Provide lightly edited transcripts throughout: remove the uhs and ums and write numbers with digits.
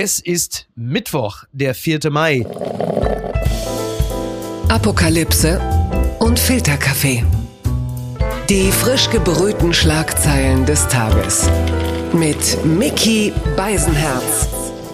Es ist Mittwoch, der 4. Mai. Apokalypse und Filterkaffee. Die frisch gebrühten Schlagzeilen des Tages. Mit Micky Beisenherz.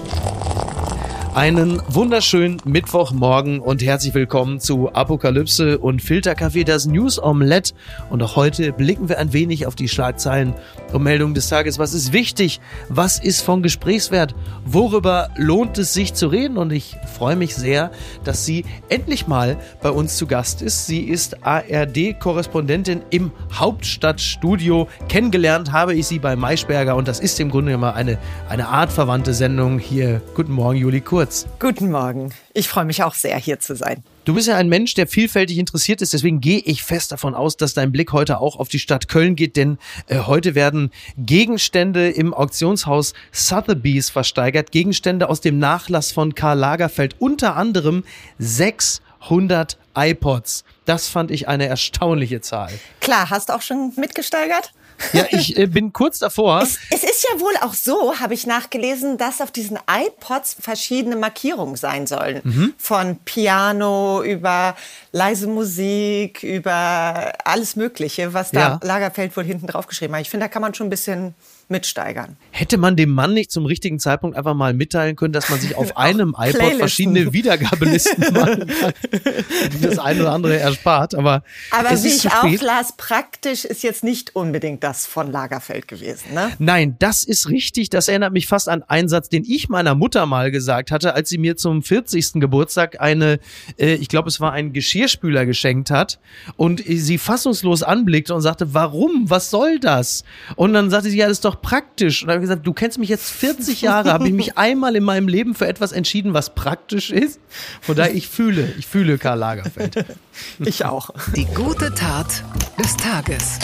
Einen wunderschönen Mittwochmorgen und herzlich willkommen zu Apokalypse und Filterkaffee, das News Omelette. Und auch heute blicken wir ein wenig auf die Schlagzeilen und Meldungen des Tages. Was ist wichtig? Was ist von Gesprächswert? Worüber lohnt es sich zu reden? Und ich freue mich sehr, dass sie endlich mal bei uns zu Gast ist. Sie ist ARD-Korrespondentin im Hauptstadtstudio. Kennengelernt habe ich sie bei Maischberger und das ist im Grunde immer eine artverwandte Sendung hier. Guten Morgen, Julie Kurz. Guten Morgen. Ich freue mich auch sehr, hier zu sein. Du bist ja ein Mensch, der vielfältig interessiert ist, deswegen gehe ich fest davon aus, dass dein Blick heute auch auf die Stadt Köln geht, denn heute werden Gegenstände im Auktionshaus Sotheby's versteigert, Gegenstände aus dem Nachlass von Karl Lagerfeld, unter anderem 600 iPods. Das fand ich eine erstaunliche Zahl. Klar, hast du auch schon mitgesteigert? Ja, ich bin kurz davor. Es ist ja wohl auch so, habe ich nachgelesen, dass auf diesen iPods verschiedene Markierungen sein sollen. Von Piano über leise Musik, über alles Mögliche, was da Lagerfeld wohl hinten drauf geschrieben hat. Ich finde, da kann man schon ein bisschen mitsteigern. Hätte man dem Mann nicht zum richtigen Zeitpunkt einfach mal mitteilen können, dass man sich auf einem iPod verschiedene Wiedergabelisten machen kann, die das eine oder andere erspart. Aber wie ich auch las, praktisch ist jetzt nicht unbedingt das von Lagerfeld gewesen, ne? Nein, das ist richtig. Das erinnert mich fast an einen Satz, den ich meiner Mutter mal gesagt hatte, als sie mir zum 40. Geburtstag ich glaube, es war ein Geschirrspüler geschenkt hat und sie fassungslos anblickte und sagte, warum? Was soll das? Und dann sagte sie, ja, das ist doch praktisch. Und dann habe ich gesagt, du kennst mich jetzt 40 Jahre, habe ich mich einmal in meinem Leben für etwas entschieden, was praktisch ist? Von daher, ich fühle Karl Lagerfeld. Ich auch. Die gute Tat des Tages.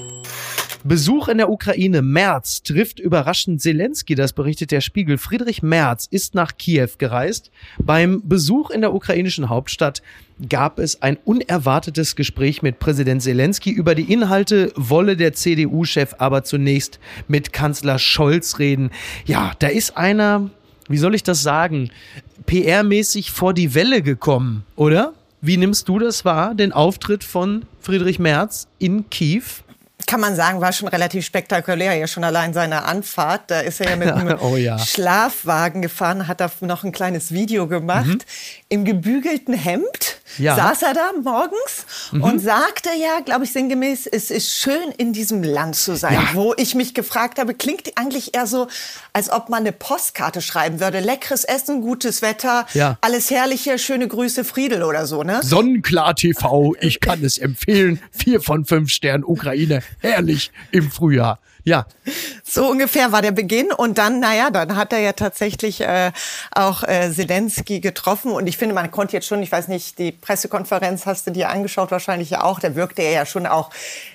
Besuch in der Ukraine. Merz trifft überraschend Zelensky, das berichtet der Spiegel. Friedrich Merz ist nach Kiew gereist. Beim Besuch in der ukrainischen Hauptstadt gab es ein unerwartetes Gespräch mit Präsident Zelensky. Über die Inhalte wolle der CDU-Chef aber zunächst mit Kanzler Scholz reden. Ja, da ist einer, wie soll ich das sagen, PR-mäßig vor die Welle gekommen, oder? Wie nimmst du das wahr, den Auftritt von Friedrich Merz in Kiew? Kann man sagen, war schon relativ spektakulär, ja schon allein seine Anfahrt. Da ist er ja mit einem Schlafwagen gefahren, hat da noch ein kleines Video gemacht. Im gebügelten Hemd saß er da morgens und sagte ja, glaube ich sinngemäß, es ist schön in diesem Land zu sein. Ja. Wo ich mich gefragt habe, klingt eigentlich eher so, als ob man eine Postkarte schreiben würde. Leckeres Essen, gutes Wetter, alles Herrliche, schöne Grüße, Friedel oder so, ne? Sonnenklar TV, ich kann es empfehlen. 4 von 5 Sternen Ukraine. Herrlich im Frühjahr. Ja. So ungefähr war der Beginn und dann, dann hat er ja tatsächlich auch Zelensky getroffen und ich finde, man konnte jetzt schon, ich weiß nicht, die Pressekonferenz hast du dir angeschaut, wahrscheinlich ja auch, da wirkte er ja schon auch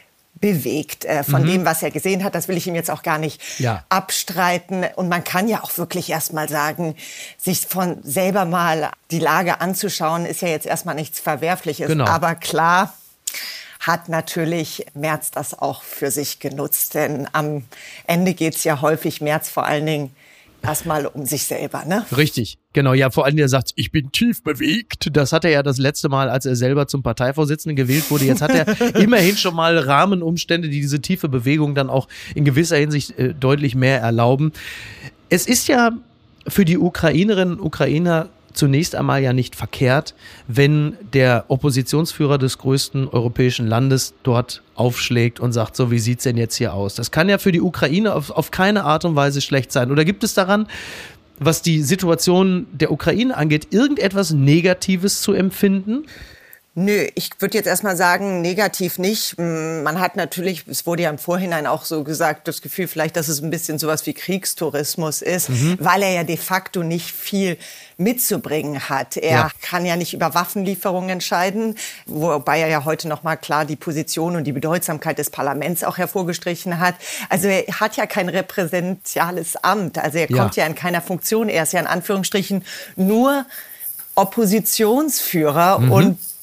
bewegt von dem, was er gesehen hat. Das will ich ihm jetzt auch gar nicht abstreiten. Und man kann ja auch wirklich erst mal sagen, sich von selber mal die Lage anzuschauen, ist ja jetzt erstmal nichts Verwerfliches. Genau. Aber klar hat natürlich Merz das auch für sich genutzt. Denn am Ende geht's ja häufig Merz vor allen Dingen erstmal um sich selber, ne? Richtig, genau. Ja, vor allem, der sagt, ich bin tief bewegt. Das hat er ja das letzte Mal, als er selber zum Parteivorsitzenden gewählt wurde. Jetzt hat er immerhin schon mal Rahmenumstände, die diese tiefe Bewegung dann auch in gewisser Hinsicht deutlich mehr erlauben. Es ist ja für die Ukrainerinnen und Ukrainer zunächst einmal ja nicht verkehrt, wenn der Oppositionsführer des größten europäischen Landes dort aufschlägt und sagt, so, wie sieht's denn jetzt hier aus? Das kann ja für die Ukraine auf keine Art und Weise schlecht sein. Oder gibt es daran, was die Situation der Ukraine angeht, irgendetwas Negatives zu empfinden? Nö, ich würde jetzt erstmal sagen, negativ nicht. Man hat natürlich, es wurde ja im Vorhinein auch so gesagt, das Gefühl vielleicht, dass es ein bisschen sowas wie Kriegstourismus ist, weil er ja de facto nicht viel mitzubringen hat. Er kann ja nicht über Waffenlieferungen entscheiden, wobei er ja heute noch mal klar die Position und die Bedeutsamkeit des Parlaments auch hervorgestrichen hat. Also er hat ja kein repräsentiales Amt, also er kommt ja in keiner Funktion, er ist ja in Anführungsstrichen nur Oppositionsführer und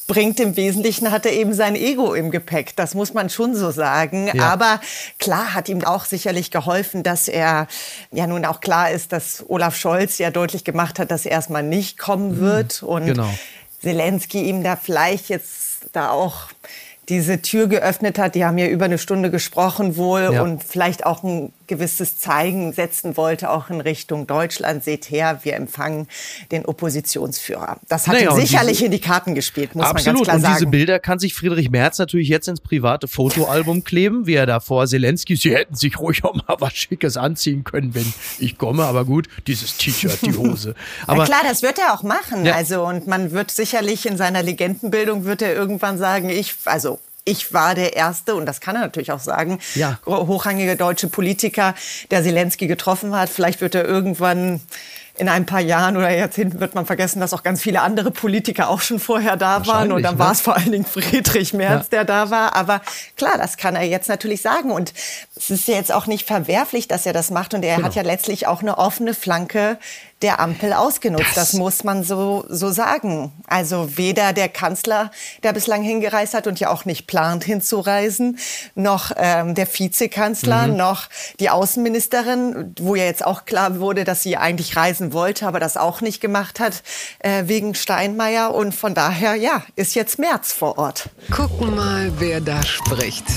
bringt. Im Wesentlichen hat er eben sein Ego im Gepäck. Das muss man schon so sagen. Ja. Aber klar hat ihm auch sicherlich geholfen, dass er ja nun auch klar ist, dass Olaf Scholz ja deutlich gemacht hat, dass er erstmal nicht kommen wird. Und Zelensky ihm da vielleicht jetzt da auch diese Tür geöffnet hat. Die haben ja über eine Stunde gesprochen wohl und vielleicht auch ein gewisses Zeigen setzen wollte, auch in Richtung Deutschland. Seht her, wir empfangen den Oppositionsführer. Das hat ihm sicherlich in die Karten gespielt, muss man ganz klar sagen. Und diese Bilder kann sich Friedrich Merz natürlich jetzt ins private Fotoalbum kleben, wie er da vor Zelensky, sie hätten sich ruhig auch mal was Schickes anziehen können, wenn ich komme, aber gut, dieses T-Shirt, die Hose. Aber na klar, das wird er auch machen. Ja. Also, und man wird sicherlich in seiner Legendenbildung wird er irgendwann sagen, ich war der erste, und das kann er natürlich auch sagen, hochrangige deutsche Politiker, der Zelensky getroffen hat. Vielleicht wird er irgendwann in ein paar Jahren oder Jahrzehnten wird man vergessen, dass auch ganz viele andere Politiker auch schon vorher da waren. Und dann war es vor allen Dingen Friedrich Merz, der da war. Aber klar, das kann er jetzt natürlich sagen. Und es ist ja jetzt auch nicht verwerflich, dass er das macht. Und er hat ja letztlich auch eine offene Flanke der Ampel ausgenutzt. Das muss man so sagen. Also weder der Kanzler, der bislang hingereist hat und ja auch nicht plant hinzureisen, noch der Vizekanzler, noch die Außenministerin, wo ja jetzt auch klar wurde, dass sie eigentlich reisen wollte, aber das auch nicht gemacht hat, wegen Steinmeier. Und von daher, ist jetzt Merz vor Ort. Gucken mal, wer da spricht.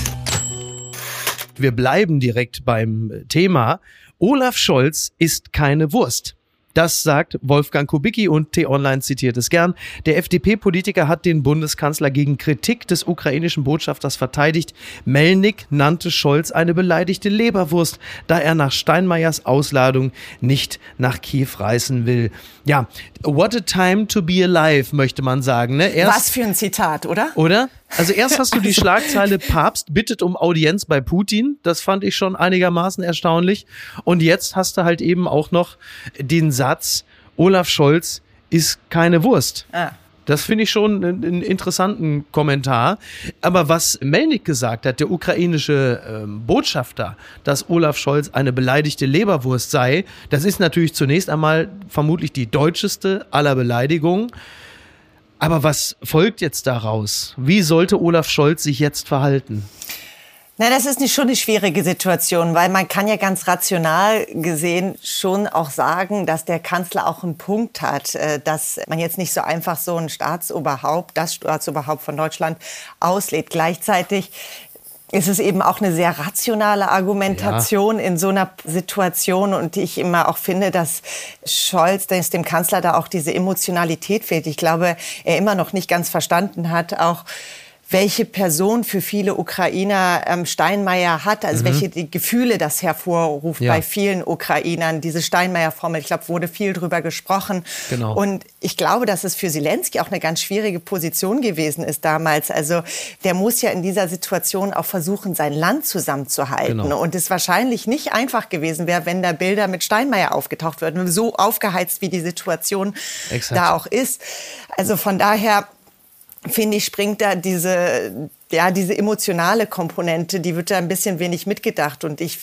Wir bleiben direkt beim Thema. Olaf Scholz ist keine Wurst. Das sagt Wolfgang Kubicki und T-Online zitiert es gern. Der FDP-Politiker hat den Bundeskanzler gegen Kritik des ukrainischen Botschafters verteidigt. Melnik nannte Scholz eine beleidigte Leberwurst, da er nach Steinmeiers Ausladung nicht nach Kiew reisen will. Ja, what a time to be alive, möchte man sagen. Ne? Was für ein Zitat, oder? Oder? Also erst hast du die Schlagzeile Papst bittet um Audienz bei Putin. Das fand ich schon einigermaßen erstaunlich. Und jetzt hast du halt eben auch noch den Satz, Olaf Scholz ist keine Wurst. Das finde ich schon einen interessanten Kommentar. Aber was Melnik gesagt hat, der ukrainische Botschafter, dass Olaf Scholz eine beleidigte Leberwurst sei, das ist natürlich zunächst einmal vermutlich die deutscheste aller Beleidigungen. Aber was folgt jetzt daraus? Wie sollte Olaf Scholz sich jetzt verhalten? Na, das ist schon eine schwierige Situation, weil man kann ja ganz rational gesehen schon auch sagen, dass der Kanzler auch einen Punkt hat, dass man jetzt nicht so einfach so ein das Staatsoberhaupt von Deutschland auslädt. Gleichzeitig ist es eben auch eine sehr rationale Argumentation in so einer Situation. Und ich immer auch finde, dass Scholz, dass dem Kanzler da auch diese Emotionalität fehlt. Ich glaube, er immer noch nicht ganz verstanden hat, auch welche Person für viele Ukrainer Steinmeier hat, also welche die Gefühle das hervorruft bei vielen Ukrainern. Diese Steinmeier-Formel, ich glaube, wurde viel drüber gesprochen. Genau. Und ich glaube, dass es für Zelensky auch eine ganz schwierige Position gewesen ist damals. Also der muss ja in dieser Situation auch versuchen, sein Land zusammenzuhalten. Genau. Und es wahrscheinlich nicht einfach gewesen wäre, wenn da Bilder mit Steinmeier aufgetaucht würden, so aufgeheizt, wie die Situation da auch ist. Also von daher finde ich, springt da diese emotionale Komponente, die wird da ein bisschen wenig mitgedacht. Und ich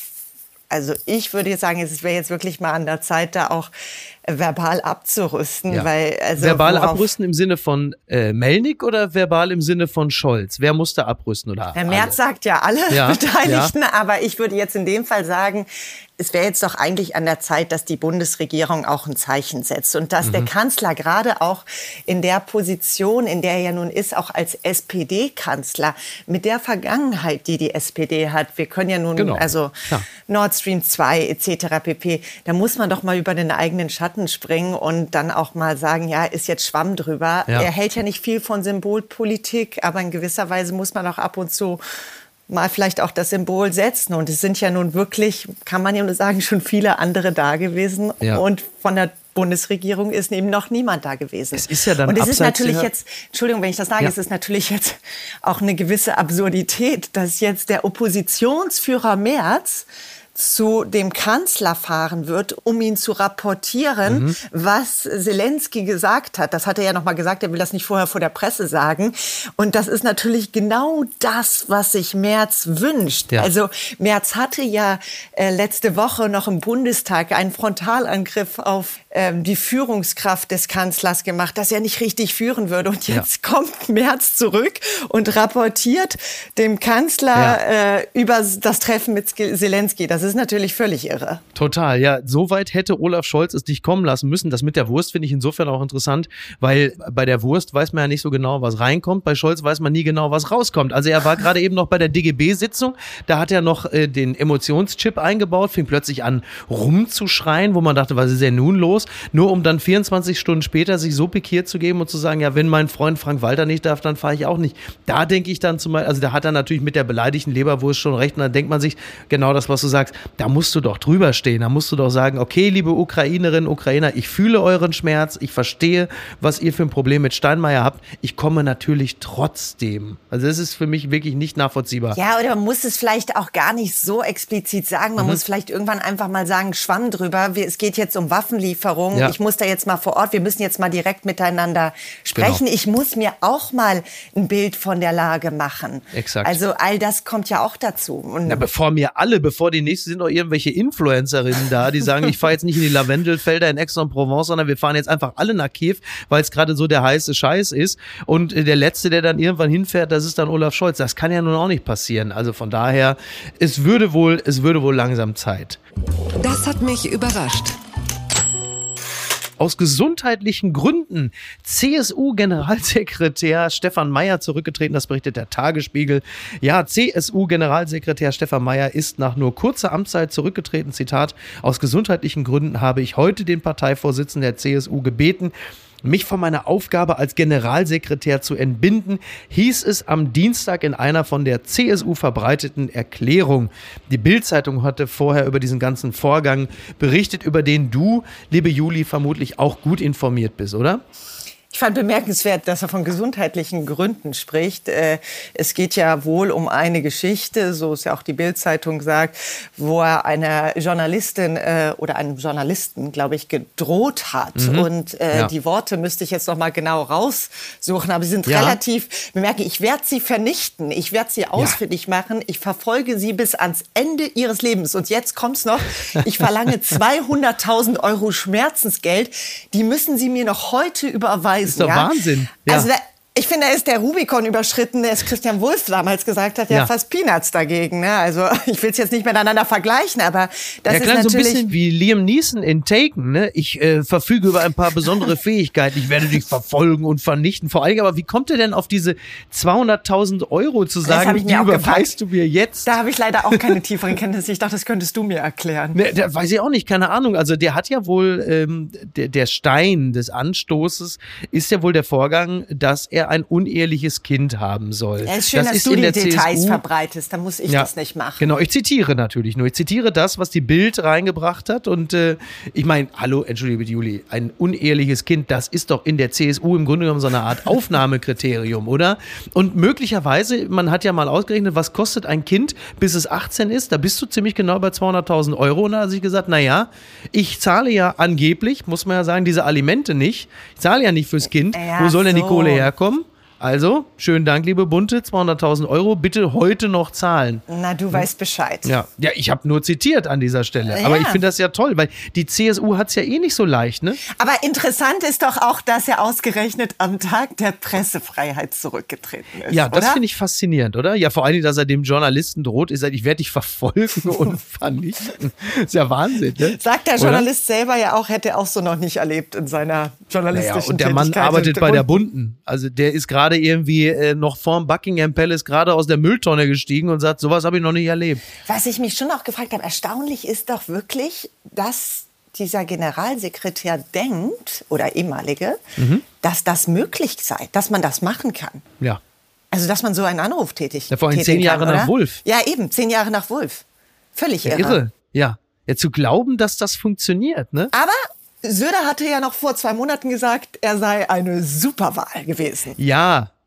würde jetzt sagen, es wäre jetzt wirklich mal an der Zeit, da auch verbal abzurüsten. Ja. Weil, verbal abrüsten im Sinne von Melnik oder verbal im Sinne von Scholz? Wer musste abrüsten? Oder Herr Merz sagt ja alle Beteiligten, aber ich würde jetzt in dem Fall sagen, es wäre jetzt doch eigentlich an der Zeit, dass die Bundesregierung auch ein Zeichen setzt und dass der Kanzler gerade auch in der Position, in der er ja nun ist, auch als SPD-Kanzler, mit der Vergangenheit, die SPD hat, wir können ja nun, Nord Stream 2 etc. pp., da muss man doch mal über den eigenen Schatten springen und dann auch mal sagen, ja, ist jetzt Schwamm drüber. Ja. Er hält ja nicht viel von Symbolpolitik, aber in gewisser Weise muss man auch ab und zu mal vielleicht auch das Symbol setzen. Und es sind ja nun wirklich, kann man ja nur sagen, schon viele andere da gewesen. Ja. Und von der Bundesregierung ist eben noch niemand da gewesen. Es ist ja dann und es ist natürlich jetzt, Entschuldigung, wenn ich das sage, es ist natürlich jetzt auch eine gewisse Absurdität, dass jetzt der Oppositionsführer Merz zu dem Kanzler fahren wird, um ihn zu rapportieren, was Zelensky gesagt hat. Das hat er ja nochmal gesagt, er will das nicht vorher vor der Presse sagen. Und das ist natürlich genau das, was sich Merz wünscht. Ja. Also Merz hatte ja letzte Woche noch im Bundestag einen Frontalangriff auf die Führungskraft des Kanzlers gemacht, dass er nicht richtig führen würde. Und jetzt kommt Merz zurück und rapportiert dem Kanzler über das Treffen mit Zelensky. Das ist natürlich völlig irre. Total, ja. So weit hätte Olaf Scholz es nicht kommen lassen müssen. Das mit der Wurst finde ich insofern auch interessant, weil bei der Wurst weiß man ja nicht so genau, was reinkommt. Bei Scholz weiß man nie genau, was rauskommt. Also er war gerade eben noch bei der DGB-Sitzung. Da hat er noch den Emotionschip eingebaut, fing plötzlich an rumzuschreien, wo man dachte, was ist denn nun los? Nur um dann 24 Stunden später sich so pikiert zu geben und zu sagen, ja, wenn mein Freund Frank Walter nicht darf, dann fahre ich auch nicht. Da denke ich dann also da hat er natürlich mit der beleidigten Leberwurst schon recht. Und dann denkt man sich, genau das, was du sagst, da musst du doch drüber stehen. Da musst du doch sagen, okay, liebe Ukrainerinnen, Ukrainer, ich fühle euren Schmerz, ich verstehe, was ihr für ein Problem mit Steinmeier habt. Ich komme natürlich trotzdem. Also das ist für mich wirklich nicht nachvollziehbar. Ja, oder man muss es vielleicht auch gar nicht so explizit sagen. Man muss vielleicht irgendwann einfach mal sagen, Schwamm drüber. Es geht jetzt um Waffenlieferungen. Ja. Ich muss da jetzt mal vor Ort, wir müssen jetzt mal direkt miteinander sprechen. Genau. Ich muss mir auch mal ein Bild von der Lage machen. Exakt. Also all das kommt ja auch dazu. Und bevor die nächsten sind noch irgendwelche Influencerinnen da, die sagen, ich fahre jetzt nicht in die Lavendelfelder in Aix-en-Provence, sondern wir fahren jetzt einfach alle nach Kiew, weil es gerade so der heiße Scheiß ist. Und der Letzte, der dann irgendwann hinfährt, das ist dann Olaf Scholz. Das kann ja nun auch nicht passieren. Also von daher, es würde wohl langsam Zeit. Das hat mich überrascht. Aus gesundheitlichen Gründen CSU-Generalsekretär Stefan Mayer zurückgetreten, das berichtet der Tagesspiegel. Ja, CSU-Generalsekretär Stefan Mayer ist nach nur kurzer Amtszeit zurückgetreten. Zitat, aus gesundheitlichen Gründen habe ich heute den Parteivorsitzenden der CSU gebeten, mich von meiner Aufgabe als Generalsekretär zu entbinden, hieß es am Dienstag in einer von der CSU verbreiteten Erklärung. Die Bild-Zeitung hatte vorher über diesen ganzen Vorgang berichtet, über den du, liebe Juli, vermutlich auch gut informiert bist, oder? Ich fand bemerkenswert, dass er von gesundheitlichen Gründen spricht. Es geht ja wohl um eine Geschichte, so es ja auch die Bild-Zeitung sagt, wo er einer Journalistin oder einem Journalisten, glaube ich, gedroht hat. Und die Worte müsste ich jetzt noch mal genau raussuchen, aber sie sind relativ bemerkenswert. Ich werde sie vernichten, ich werde sie ausfindig machen, ich verfolge sie bis ans Ende ihres Lebens. Und jetzt kommt's noch, ich verlange 200.000 Euro Schmerzensgeld, die müssen sie mir noch heute überweisen. Das ist doch Wahnsinn. Ja. Also ich finde, da ist der Rubikon überschritten, der Christian Wulff damals gesagt hat, fast Peanuts dagegen. Ne? Also ich will es jetzt nicht miteinander vergleichen, aber das ist natürlich... so ein bisschen wie Liam Neeson in Taken. Ne? Ich verfüge über ein paar besondere Fähigkeiten. Ich werde dich verfolgen und vernichten. Vor allem, aber wie kommt ihr denn auf diese 200.000 Euro zu sagen, die überweist du mir jetzt? Da habe ich leider auch keine tieferen Kenntnisse. Ich dachte, das könntest du mir erklären. Ne, da weiß ich auch nicht, keine Ahnung. Also der hat ja wohl, der Stein des Anstoßes ist ja wohl der Vorgang, dass er ein uneheliches Kind haben soll. Ja, ist schön, dass du die Details verbreitest, dann muss ich das nicht machen. Genau, ich zitiere natürlich nur. Ich zitiere das, was die Bild reingebracht hat und ich meine, hallo, entschuldige bitte Juli, ein uneheliches Kind, das ist doch in der CSU im Grunde genommen so eine Art Aufnahmekriterium, oder? Und möglicherweise, man hat ja mal ausgerechnet, was kostet ein Kind, bis es 18 ist, da bist du ziemlich genau bei 200.000 Euro und da hat sich gesagt, naja, ich zahle ja angeblich, muss man ja sagen, diese Alimente nicht, ich zahle ja nicht fürs Kind, wo soll denn die Kohle herkommen? Also, schönen Dank, liebe Bunte, 200.000 Euro, bitte heute noch zahlen. Na, du weißt Bescheid. Ja, ich habe nur zitiert an dieser Stelle. Aber ich finde das ja toll, weil die CSU hat es ja eh nicht so leicht, ne? Aber interessant ist doch auch, dass er ausgerechnet am Tag der Pressefreiheit zurückgetreten ist, ja, das finde ich faszinierend, oder? Ja, vor allen Dingen, dass er dem Journalisten droht, ist er, ich werde dich verfolgen und vernichten. Ist ja Wahnsinn, ne? Sagt der Journalist selber ja auch, hätte er auch so noch nicht erlebt in seiner journalistischen und der Mann arbeitet bei der Bunten. Also der ist gerade irgendwie noch vorm Buckingham Palace gerade aus der Mülltonne gestiegen und sagt, sowas habe ich noch nicht erlebt. Was ich mich schon auch gefragt habe, erstaunlich ist doch wirklich, dass dieser Generalsekretär denkt, oder ehemalige, dass das möglich sei, dass man das machen kann. Ja. Also, dass man so einen Anruf tätigt. Ja, vor allem 10 Jahre nach Wulff. Ja, eben, 10 Jahre nach Wulff. Völlig irre. Ja, zu glauben, dass das funktioniert, ne? Aber Söder hatte ja noch vor 2 Monaten gesagt, er sei eine Superwahl gewesen. Ja,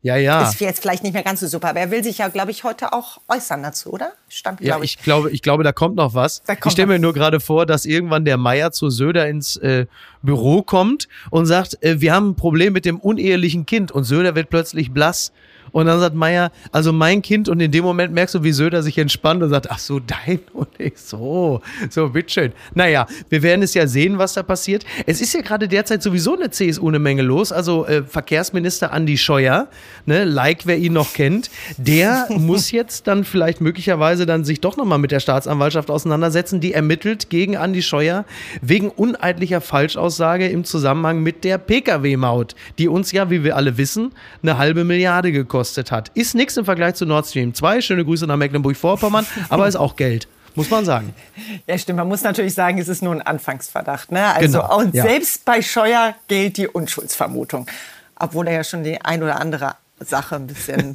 Ist jetzt vielleicht nicht mehr ganz so super, aber er will sich ja, glaube ich, heute auch äußern dazu, oder? Ich glaube, da kommt noch was. Ich stelle mir nur gerade vor, dass irgendwann der Meier zu Söder ins Büro kommt und sagt, wir haben ein Problem mit dem unehelichen Kind, und Söder wird plötzlich blass. Und dann sagt Meier, also mein Kind, und in dem Moment merkst du, wie Söder sich entspannt und sagt, ach so, dein und ich, so bitteschön. Naja, wir werden es ja sehen, was da passiert. Es ist ja gerade derzeit sowieso eine CSU eine Menge los, also Verkehrsminister Andi Scheuer, ne, wer ihn noch kennt, der muss jetzt dann vielleicht möglicherweise dann sich doch nochmal mit der Staatsanwaltschaft auseinandersetzen, die ermittelt gegen Andi Scheuer wegen uneidlicher Falschaussage im Zusammenhang mit der Pkw-Maut, die uns ja, wie wir alle wissen, 1,5 Milliarde gekostet hat. Ist nichts im Vergleich zu Nord Stream 2. Schöne Grüße nach Mecklenburg-Vorpommern, aber ist auch Geld. Muss man sagen. Ja, stimmt. Man muss natürlich sagen, es ist nur ein Anfangsverdacht. Ne? Also, genau. Und selbst bei Scheuer gilt die Unschuldsvermutung. Obwohl er ja schon die ein oder andere Sache ein bisschen,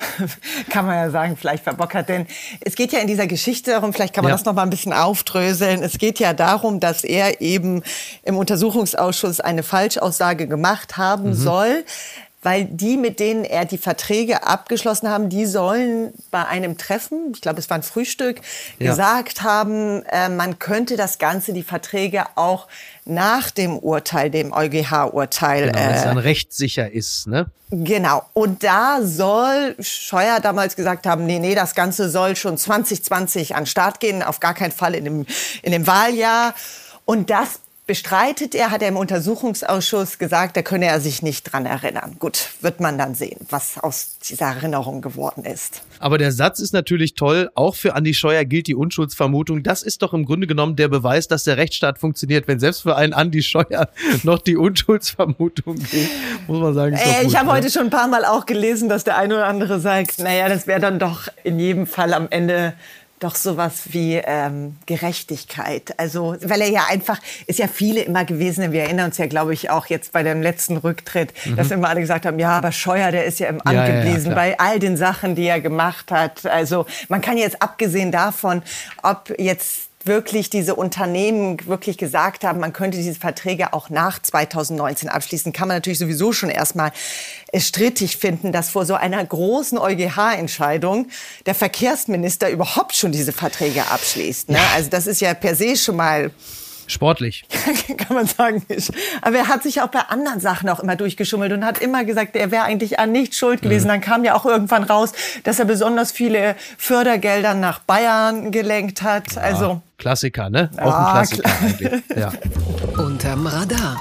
kann man ja sagen, vielleicht verbockert. Denn es geht ja in dieser Geschichte darum, vielleicht kann man das noch mal ein bisschen aufdröseln. Es geht ja darum, dass er eben im Untersuchungsausschuss eine Falschaussage gemacht haben soll, weil die, mit denen er die Verträge abgeschlossen haben, die sollen bei einem Treffen, ich glaube, es war ein Frühstück, gesagt haben, man könnte das Ganze, die Verträge auch nach dem Urteil, dem EuGH-Urteil. Genau, wenn es dann rechtssicher ist, ne? Genau. Und da soll Scheuer damals gesagt haben, nee, das Ganze soll schon 2020 an den Start gehen, auf gar keinen Fall in dem Wahljahr. Und das bestreitet er, hat er im Untersuchungsausschuss gesagt, da könne er sich nicht dran erinnern. Gut, wird man dann sehen, was aus dieser Erinnerung geworden ist. Aber der Satz ist natürlich toll, auch für Andi Scheuer gilt die Unschuldsvermutung. Das ist doch im Grunde genommen der Beweis, dass der Rechtsstaat funktioniert. Wenn selbst für einen Andi Scheuer noch die Unschuldsvermutung gilt, muss man sagen, ist doch gut. Ich habe heute schon ein paar Mal auch gelesen, dass der eine oder andere sagt, naja, das wäre dann doch in jedem Fall am Ende doch sowas wie Gerechtigkeit. Also, weil er ja einfach, ist ja viele immer gewesen, wir erinnern uns ja, glaube ich, auch jetzt bei dem letzten Rücktritt, dass immer alle gesagt haben, ja, aber Scheuer, der ist ja im Amt geblieben, bei all den Sachen, die er gemacht hat. Also, man kann jetzt abgesehen davon, ob jetzt wirklich diese Unternehmen wirklich gesagt haben, man könnte diese Verträge auch nach 2019 abschließen, kann man natürlich sowieso schon erstmal strittig finden, dass vor so einer großen EuGH-Entscheidung der Verkehrsminister überhaupt schon diese Verträge abschließt. Ne? Ja. Also das ist ja per se schon mal sportlich. Kann man sagen. Aber er hat sich auch bei anderen Sachen auch immer durchgeschummelt und hat immer gesagt, er wäre eigentlich an nichts schuld gewesen. Dann kam ja auch irgendwann raus, dass er besonders viele Fördergelder nach Bayern gelenkt hat. Ja, also Klassiker, ne? Auch ein Klassiker eigentlich. Ja. Unterm Radar.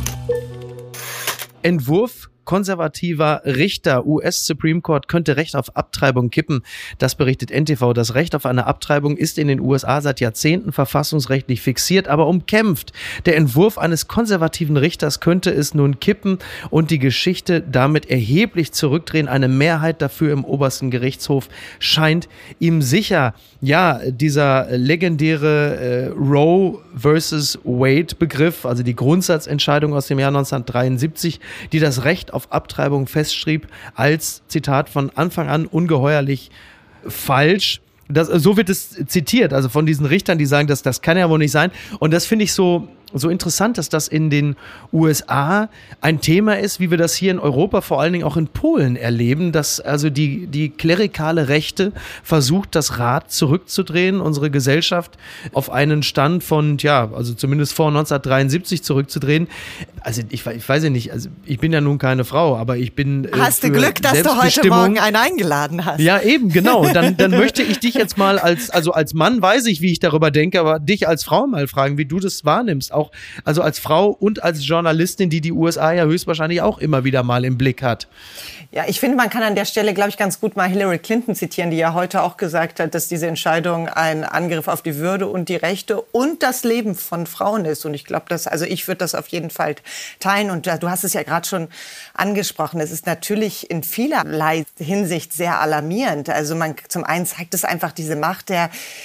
Entwurf konservativer Richter. US Supreme Court könnte Recht auf Abtreibung kippen. Das berichtet NTV. Das Recht auf eine Abtreibung ist in den USA seit Jahrzehnten verfassungsrechtlich fixiert, aber umkämpft. Der Entwurf eines konservativen Richters könnte es nun kippen und die Geschichte damit erheblich zurückdrehen. Eine Mehrheit dafür im obersten Gerichtshof scheint ihm sicher. Ja, dieser legendäre Roe versus Wade Begriff, also die Grundsatzentscheidung aus dem Jahr 1973, die das Recht auf Abtreibung festschrieb, als, Zitat, von Anfang an ungeheuerlich falsch. So wird es zitiert, also von diesen Richtern, die sagen, das kann ja wohl nicht sein. Und das finde ich so interessant, dass das in den USA ein Thema ist, wie wir das hier in Europa, vor allen Dingen auch in Polen erleben, dass also die klerikale Rechte versucht, das Rad zurückzudrehen, unsere Gesellschaft auf einen Stand von, also zumindest vor 1973 zurückzudrehen. Also ich weiß ja nicht, also ich bin ja nun keine Frau, aber ich bin Hast du Glück, dass du heute Morgen einen eingeladen hast. Ja, eben, genau. Dann möchte ich dich jetzt mal als Mann weiß ich, wie ich darüber denke, aber dich als Frau mal fragen, wie du das wahrnimmst. Auch also als Frau und als Journalistin, die USA ja höchstwahrscheinlich auch immer wieder mal im Blick hat. Ja, ich finde, man kann an der Stelle, glaube ich, ganz gut mal Hillary Clinton zitieren, die ja heute auch gesagt hat, dass diese Entscheidung ein Angriff auf die Würde und die Rechte und das Leben von Frauen ist. Und ich glaube, ich würde das auf jeden Fall teilen. Und du hast es ja gerade schon angesprochen. Es ist natürlich in vielerlei Hinsicht sehr alarmierend. Also zum einen zeigt es einfach diese Macht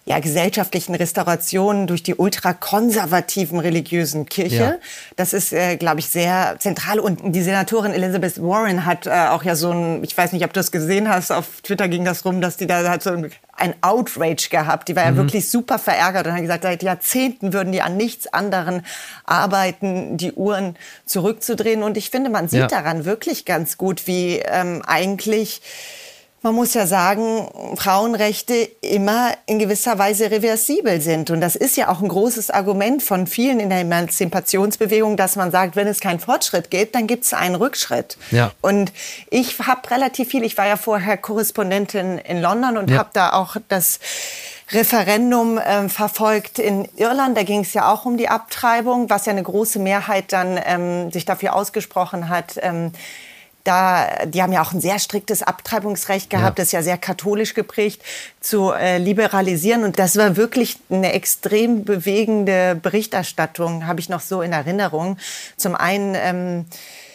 gesellschaftlichen Restaurationen durch die ultrakonservativen religiösen Kirche. Ja. Das ist, glaube ich, sehr zentral. Und die Senatorin Elizabeth Warren hat auch ja so ein, ich weiß nicht, ob du es gesehen hast, auf Twitter ging das rum, dass die da hat so ein Outrage gehabt. Die war ja wirklich super verärgert und hat gesagt, seit Jahrzehnten würden die an nichts anderem arbeiten, die Uhren zurückzudrehen. Und ich finde, man sieht daran wirklich ganz gut, wie eigentlich... Man muss ja sagen, Frauenrechte immer in gewisser Weise reversibel sind. Und das ist ja auch ein großes Argument von vielen in der Emanzipationsbewegung, dass man sagt, wenn es keinen Fortschritt gibt, dann gibt es einen Rückschritt. Ja. Und ich habe relativ viel, ich war ja vorher Korrespondentin in London und habe da auch das Referendum verfolgt in Irland. Da ging es ja auch um die Abtreibung, was ja eine große Mehrheit dann sich dafür ausgesprochen hat, die haben ja auch ein sehr striktes Abtreibungsrecht gehabt, das ist ja sehr katholisch geprägt, zu liberalisieren. Und das war wirklich eine extrem bewegende Berichterstattung, habe ich noch so in Erinnerung. Zum einen,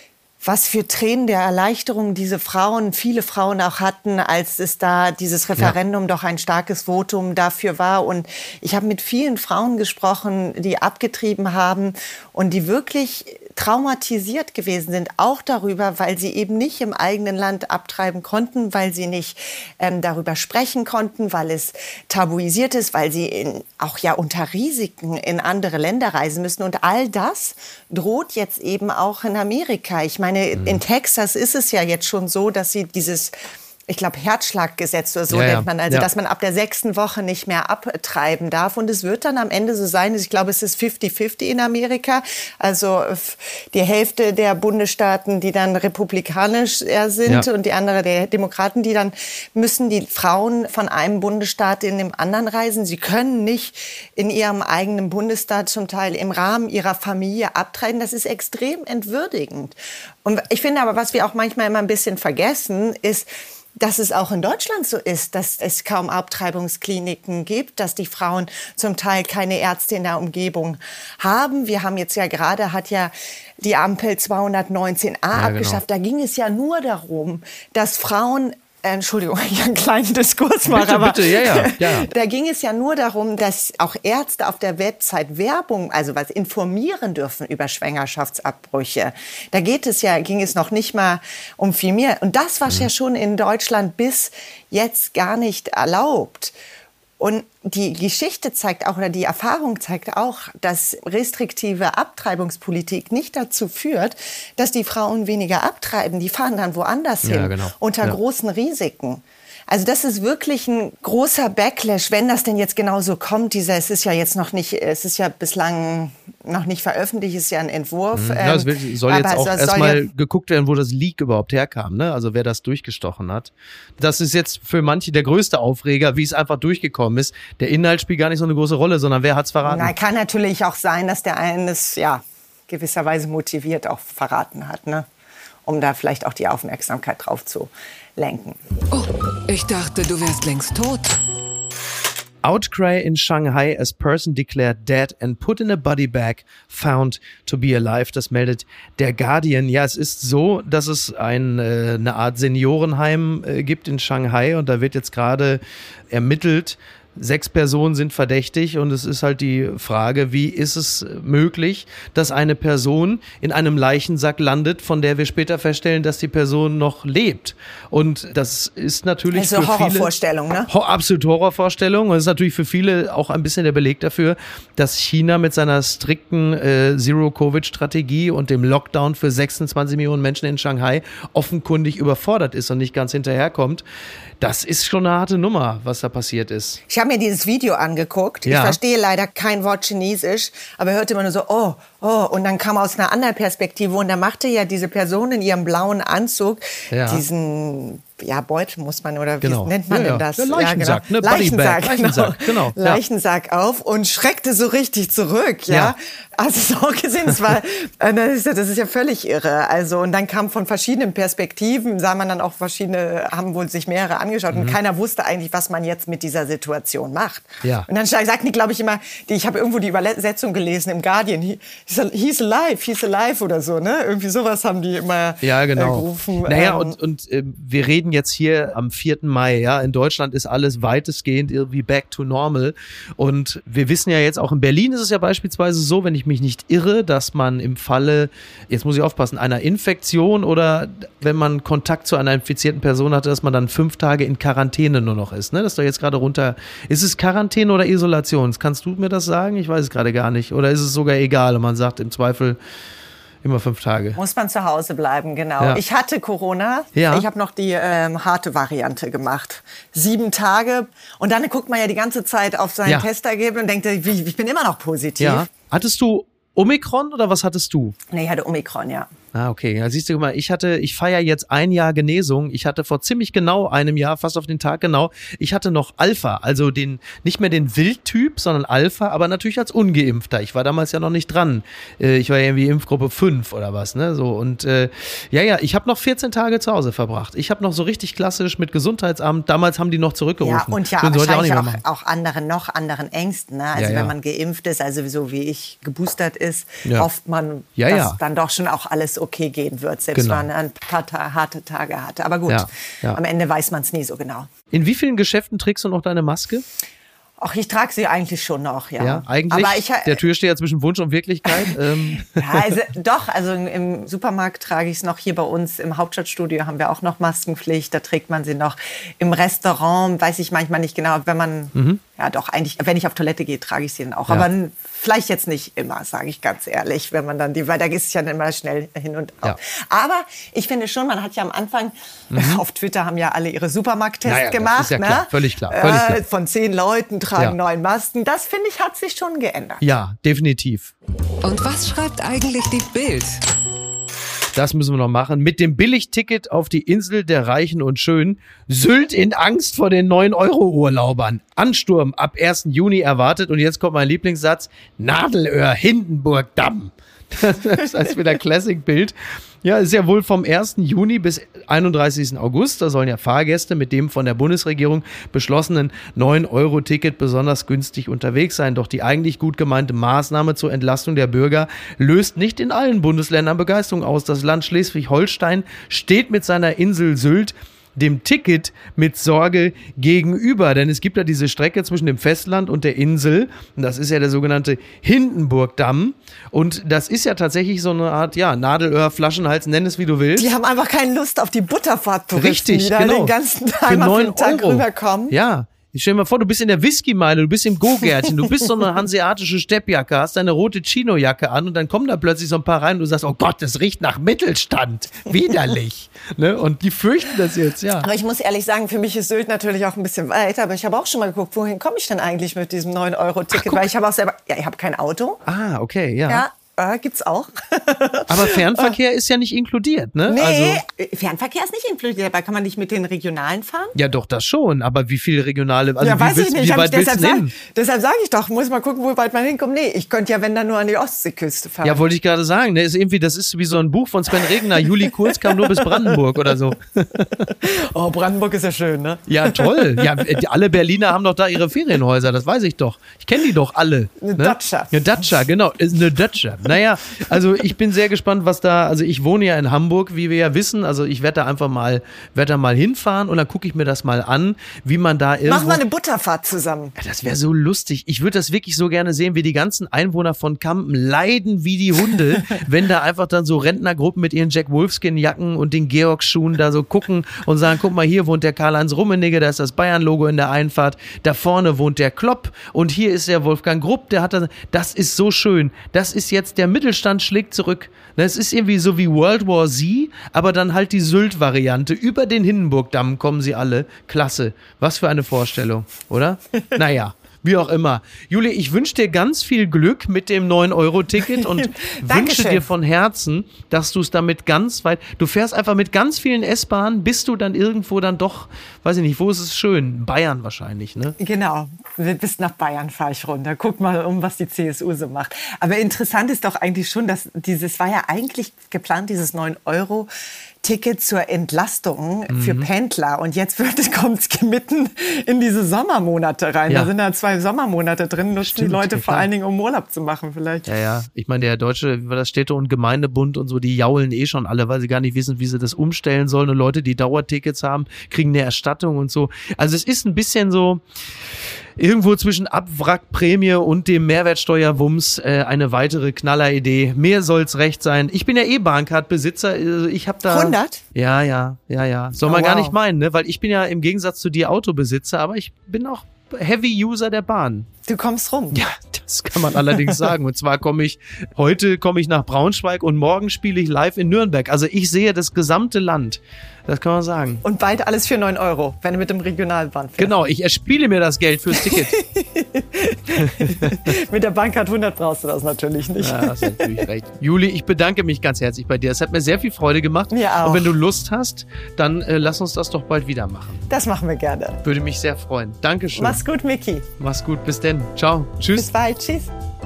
was für Tränen der Erleichterung viele Frauen auch hatten, als es da dieses Referendum doch ein starkes Votum dafür war. Und ich habe mit vielen Frauen gesprochen, die abgetrieben haben und die wirklich traumatisiert gewesen sind, auch darüber, weil sie eben nicht im eigenen Land abtreiben konnten, weil sie nicht darüber sprechen konnten, weil es tabuisiert ist, weil sie auch ja unter Risiken in andere Länder reisen müssen. Und all das droht jetzt eben auch in Amerika. Ich meine, in Texas ist es ja jetzt schon so, dass sie dieses, ich glaube, Herzschlaggesetz oder so nennt man, also dass man ab der 6. Woche nicht mehr abtreiben darf. Und es wird dann am Ende so sein, ich glaube, es ist 50-50 in Amerika. Also die Hälfte der Bundesstaaten, die dann republikanisch sind und die andere der Demokraten, müssen die Frauen von einem Bundesstaat in den anderen reisen. Sie können nicht in ihrem eigenen Bundesstaat zum Teil im Rahmen ihrer Familie abtreiben. Das ist extrem entwürdigend. Und ich finde aber, was wir auch manchmal immer ein bisschen vergessen, ist, dass es auch in Deutschland so ist, dass es kaum Abtreibungskliniken gibt, dass die Frauen zum Teil keine Ärzte in der Umgebung haben. Wir haben jetzt hat die Ampel 219a abgeschafft. Da ging es ja nur darum, dass Frauen Entschuldigung, ich einen kleinen Diskurs mache. Bitte, ja. Da ging es ja nur darum, dass auch Ärzte auf der Website Werbung, also was informieren dürfen über Schwangerschaftsabbrüche. Da ging es noch nicht mal um viel mehr. Und das war ja schon in Deutschland bis jetzt gar nicht erlaubt. Und die Geschichte zeigt auch, oder die Erfahrung zeigt auch, dass restriktive Abtreibungspolitik nicht dazu führt, dass die Frauen weniger abtreiben. Die fahren dann woanders hin, unter großen Risiken. Also das ist wirklich ein großer Backlash, wenn das denn jetzt genauso kommt. Es ist ja bislang noch nicht veröffentlicht, es ist ja ein Entwurf. Es soll jetzt auch erstmal geguckt werden, wo das Leak überhaupt herkam, ne? Also wer das durchgestochen hat. Das ist jetzt für manche der größte Aufreger, wie es einfach durchgekommen ist. Der Inhalt spielt gar nicht so eine große Rolle, sondern wer hat's verraten? Na, kann natürlich auch sein, dass der einen es gewisserweise motiviert auch verraten hat, ne? Um da vielleicht auch die Aufmerksamkeit drauf zu lenken. Oh, ich dachte, du wärst längst tot. Outcry in Shanghai as person declared dead and put in a body bag found to be alive. Das meldet der Guardian. Ja, es ist so, dass es eine Art Seniorenheim gibt in Shanghai und da wird jetzt gerade ermittelt. 6 Personen sind verdächtig und es ist halt die Frage, wie ist es möglich, dass eine Person in einem Leichensack landet, von der wir später feststellen, dass die Person noch lebt. Und das ist natürlich für viele... Horrorvorstellung, ne? Absolut Horrorvorstellung. Und es ist natürlich für viele auch ein bisschen der Beleg dafür, dass China mit seiner strikten Zero-Covid-Strategie und dem Lockdown für 26 Millionen Menschen in Shanghai offenkundig überfordert ist und nicht ganz hinterherkommt. Das ist schon eine harte Nummer, was da passiert ist. Ich habe mir dieses Video angeguckt. Ich verstehe leider kein Wort Chinesisch, aber hörte immer nur so, oh. Und dann kam aus einer anderen Perspektive und da machte ja diese Person in ihrem blauen Anzug diesen... Beutel muss man, oder wie nennt man denn das? Der Leichensack, ne? Leichensack, genau. Leichensack auf und schreckte so richtig zurück, ja. Also so gesehen, das ist ja völlig irre. Also, und dann kam von verschiedenen Perspektiven, sah man dann auch haben wohl sich mehrere angeschaut und keiner wusste eigentlich, was man jetzt mit dieser Situation macht. Ja. Und dann sagten die, glaube ich, immer, ich habe irgendwo die Übersetzung gelesen im Guardian, he's alive oder so, ne? Irgendwie sowas haben die immer gerufen. Naja, und wir reden jetzt hier am 4. Mai, ja, in Deutschland ist alles weitestgehend irgendwie back to normal und wir wissen ja jetzt auch in Berlin ist es ja beispielsweise so, wenn ich mich nicht irre, dass man im Falle, jetzt muss ich aufpassen, einer Infektion oder wenn man Kontakt zu einer infizierten Person hatte, dass man dann 5 Tage in Quarantäne nur noch ist, ne? Das ist doch jetzt gerade runter. Ist es Quarantäne oder Isolation? Kannst du mir das sagen? Ich weiß es gerade gar nicht. Oder ist es sogar egal und man sagt im Zweifel immer 5 Tage? Muss man zu Hause bleiben, genau. Ja. Ich hatte Corona. Ja. Ich habe noch die harte Variante gemacht. 7 Tage. Und dann guckt man ja die ganze Zeit auf sein Testergebnis und denkt, ich bin immer noch positiv. Ja. Hattest du Omikron oder was hattest du? Nee, ich hatte Omikron, ja. Ah, okay. Ja, siehst du mal, ich feiere jetzt 1 Jahr Genesung. Ich hatte vor ziemlich genau einem Jahr, fast auf den Tag genau, ich hatte noch Alpha, also nicht mehr den Wildtyp, sondern Alpha, aber natürlich als Ungeimpfter. Ich war damals ja noch nicht dran. Ich war ja irgendwie Impfgruppe 5 oder was, ne? So und ich habe noch 14 Tage zu Hause verbracht. Ich habe noch so richtig klassisch mit Gesundheitsamt, damals haben die noch zurückgerufen. Ja, und wahrscheinlich auch anderen Ängsten, ne? Also wenn man geimpft ist, also so wie ich geboostert ist, hofft man, dass dann doch schon auch alles okay gehen wird, selbst wenn man ein paar harte Tage hatte. Aber gut, am Ende weiß man es nie so genau. In wie vielen Geschäften trägst du noch deine Maske? Ach, ich trage sie eigentlich schon noch, ja. Ja, eigentlich? Aber der Türsteher zwischen Wunsch und Wirklichkeit? Also im Supermarkt trage ich es noch. Hier bei uns im Hauptstadtstudio haben wir auch noch Maskenpflicht. Da trägt man sie noch. Im Restaurant weiß ich manchmal nicht genau, wenn man, eigentlich, wenn ich auf Toilette gehe, trage ich sie dann auch. Ja. Aber vielleicht jetzt nicht immer, sage ich ganz ehrlich, wenn man dann weil da ist es ja immer schnell hin und aus. Ja. Aber ich finde schon, man hat ja am Anfang, auf Twitter haben ja alle ihre Supermarkttests gemacht. Das ist ja klar, völlig klar. Von 10 Leuten tragen 9 Masken. Das, finde ich, hat sich schon geändert. Ja, definitiv. Und was schreibt eigentlich die Bild? Das müssen wir noch machen. Mit dem Billigticket auf die Insel der Reichen und Schönen. Sylt in Angst vor den 9-Euro-Urlaubern. Ansturm ab 1. Juni erwartet. Und jetzt kommt mein Lieblingssatz. Nadelöhr, Hindenburg, Damm. Das heißt wieder Classic-Bild. Ja, ist ja wohl vom 1. Juni bis 31. August. Da sollen ja Fahrgäste mit dem von der Bundesregierung beschlossenen 9-Euro-Ticket besonders günstig unterwegs sein. Doch die eigentlich gut gemeinte Maßnahme zur Entlastung der Bürger löst nicht in allen Bundesländern Begeisterung aus. Das Land Schleswig-Holstein steht mit seiner Insel Sylt dem Ticket mit Sorge gegenüber. Denn es gibt ja diese Strecke zwischen dem Festland und der Insel. Und das ist ja der sogenannte Hindenburgdamm. Und das ist ja tatsächlich so eine Art, Nadelöhr, Flaschenhals, nenn es wie du willst. Die haben einfach keine Lust auf die Butterfahrt-Touristen, richtig, die da den ganzen Tag für 9 Tag rüberkommen. Ja. Ich stell dir mal vor, du bist in der Whisky-Meile, du bist im Go-Gärtchen, du bist so eine hanseatische Steppjacke, hast deine rote Chino-Jacke an und dann kommen da plötzlich so ein paar rein und du sagst, oh Gott, das riecht nach Mittelstand. Widerlich. Ne? Und die fürchten das jetzt, ja. Aber ich muss ehrlich sagen, für mich ist Sylt natürlich auch ein bisschen weiter, aber ich habe auch schon mal geguckt, wohin komme ich denn eigentlich mit diesem 9-Euro-Ticket? Weil ich habe auch selber, ich habe kein Auto. Ah, okay, ja. Gibt's auch. Aber Fernverkehr ist ja nicht inkludiert, ne? Nee, Fernverkehr ist nicht inkludiert. Aber kann man nicht mit den Regionalen fahren? Ja, doch, das schon. Aber wie viele regionale, weiß ich nicht. Wie weit willst du hin? Deshalb sage ich doch, muss mal gucken, wo weit man hinkommt. Nee, ich könnte ja, wenn dann nur an die Ostseeküste fahren. Ja, wollte ich gerade sagen. Ne? Das ist wie so ein Buch von Sven Regner. Juli Kurz kam nur bis Brandenburg oder so. Oh, Brandenburg ist ja schön, ne? Ja, toll. Ja, alle Berliner haben doch da ihre Ferienhäuser. Das weiß ich doch. Ich kenne die doch alle. Eine Datscha. Eine Datscha, genau. Eine Datscha. Naja, also ich bin sehr gespannt, also ich wohne ja in Hamburg, wie wir ja wissen, also ich werde da einfach mal hinfahren und dann gucke ich mir das mal an, wie man da irgendwo... Machen wir eine Butterfahrt zusammen. Ja, das wäre so lustig. Ich würde das wirklich so gerne sehen, wie die ganzen Einwohner von Kampen leiden wie die Hunde, wenn da einfach dann so Rentnergruppen mit ihren Jack Wolfskin-Jacken und den Georg-Schuhen da so gucken und sagen, guck mal, hier wohnt der Karl-Heinz Rummenigge, da ist das Bayern-Logo in der Einfahrt, da vorne wohnt der Klopp und hier ist der Wolfgang Grupp, das ist so schön. Das ist jetzt der Mittelstand schlägt zurück. Es ist irgendwie so wie World War Z, aber dann halt die Sylt-Variante. Über den Hindenburgdamm kommen sie alle. Klasse. Was für eine Vorstellung, oder? Naja. Wie auch immer. Julia, ich wünsche dir ganz viel Glück mit dem 9-Euro-Ticket und wünsche dir von Herzen, dass du es damit ganz weit, du fährst einfach mit ganz vielen S-Bahnen, bis du dann irgendwo dann doch, weiß ich nicht, wo ist es schön? Bayern wahrscheinlich, ne? Genau, bis nach Bayern fahre ich runter. Guck mal, was die CSU so macht. Aber interessant ist doch eigentlich schon, dass war ja eigentlich geplant, dieses 9-Euro Ticket zur Entlastung für Pendler. Und jetzt kommt es mitten in diese Sommermonate rein. Ja. Da sind da 2 Sommermonate drin, nutzen die Leute vor allen Dingen, um Urlaub zu machen vielleicht. Ja. Ich meine, der deutsche, das Städte- und Gemeindebund und so, die jaulen schon alle, weil sie gar nicht wissen, wie sie das umstellen sollen. Und Leute, die Dauertickets haben, kriegen eine Erstattung und so. Also es ist ein bisschen so irgendwo zwischen Abwrackprämie und dem Mehrwertsteuerwumms eine weitere Knalleridee. Mir soll's recht sein. Ich bin ja Bahncard-Besitzer. Also ich habe da 100? Ja. Soll man gar nicht meinen, ne? Weil ich bin ja im Gegensatz zu dir Autobesitzer, aber ich bin auch Heavy-User der Bahn. Du kommst rum. Ja, das kann man allerdings sagen. Und zwar heute komme ich nach Braunschweig und morgen spiele ich live in Nürnberg. Also ich sehe das gesamte Land. Das kann man sagen. Und bald alles für 9 €, wenn du mit dem Regionalbahn fährst. Genau, ich erspiele mir das Geld fürs Ticket. Mit der Bahncard 100 brauchst du das natürlich nicht. Ja, hast natürlich recht. Juli, ich bedanke mich ganz herzlich bei dir. Es hat mir sehr viel Freude gemacht. Mir auch. Und wenn du Lust hast, dann lass uns das doch bald wieder machen. Das machen wir gerne. Würde mich sehr freuen. Dankeschön. Mach's gut, Micky. Mach's gut. Bis denn. Ciao. Tschüss. Bis bald. Tschüss.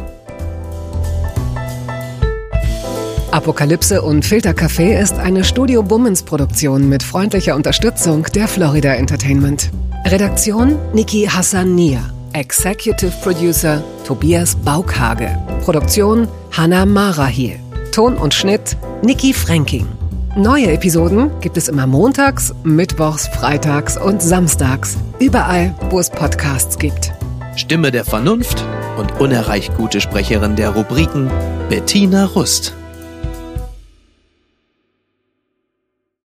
Apokalypse und Filtercafé ist eine Studio Bummens Produktion mit freundlicher Unterstützung der Florida Entertainment. Redaktion Niki Hassania. Executive Producer Tobias Baukhage. Produktion Hannah Marahiel. Ton und Schnitt Niki Fränking. Neue Episoden gibt es immer montags, mittwochs, freitags und samstags. Überall, wo es Podcasts gibt. Stimme der Vernunft und unerreicht gute Sprecherin der Rubriken Bettina Rust.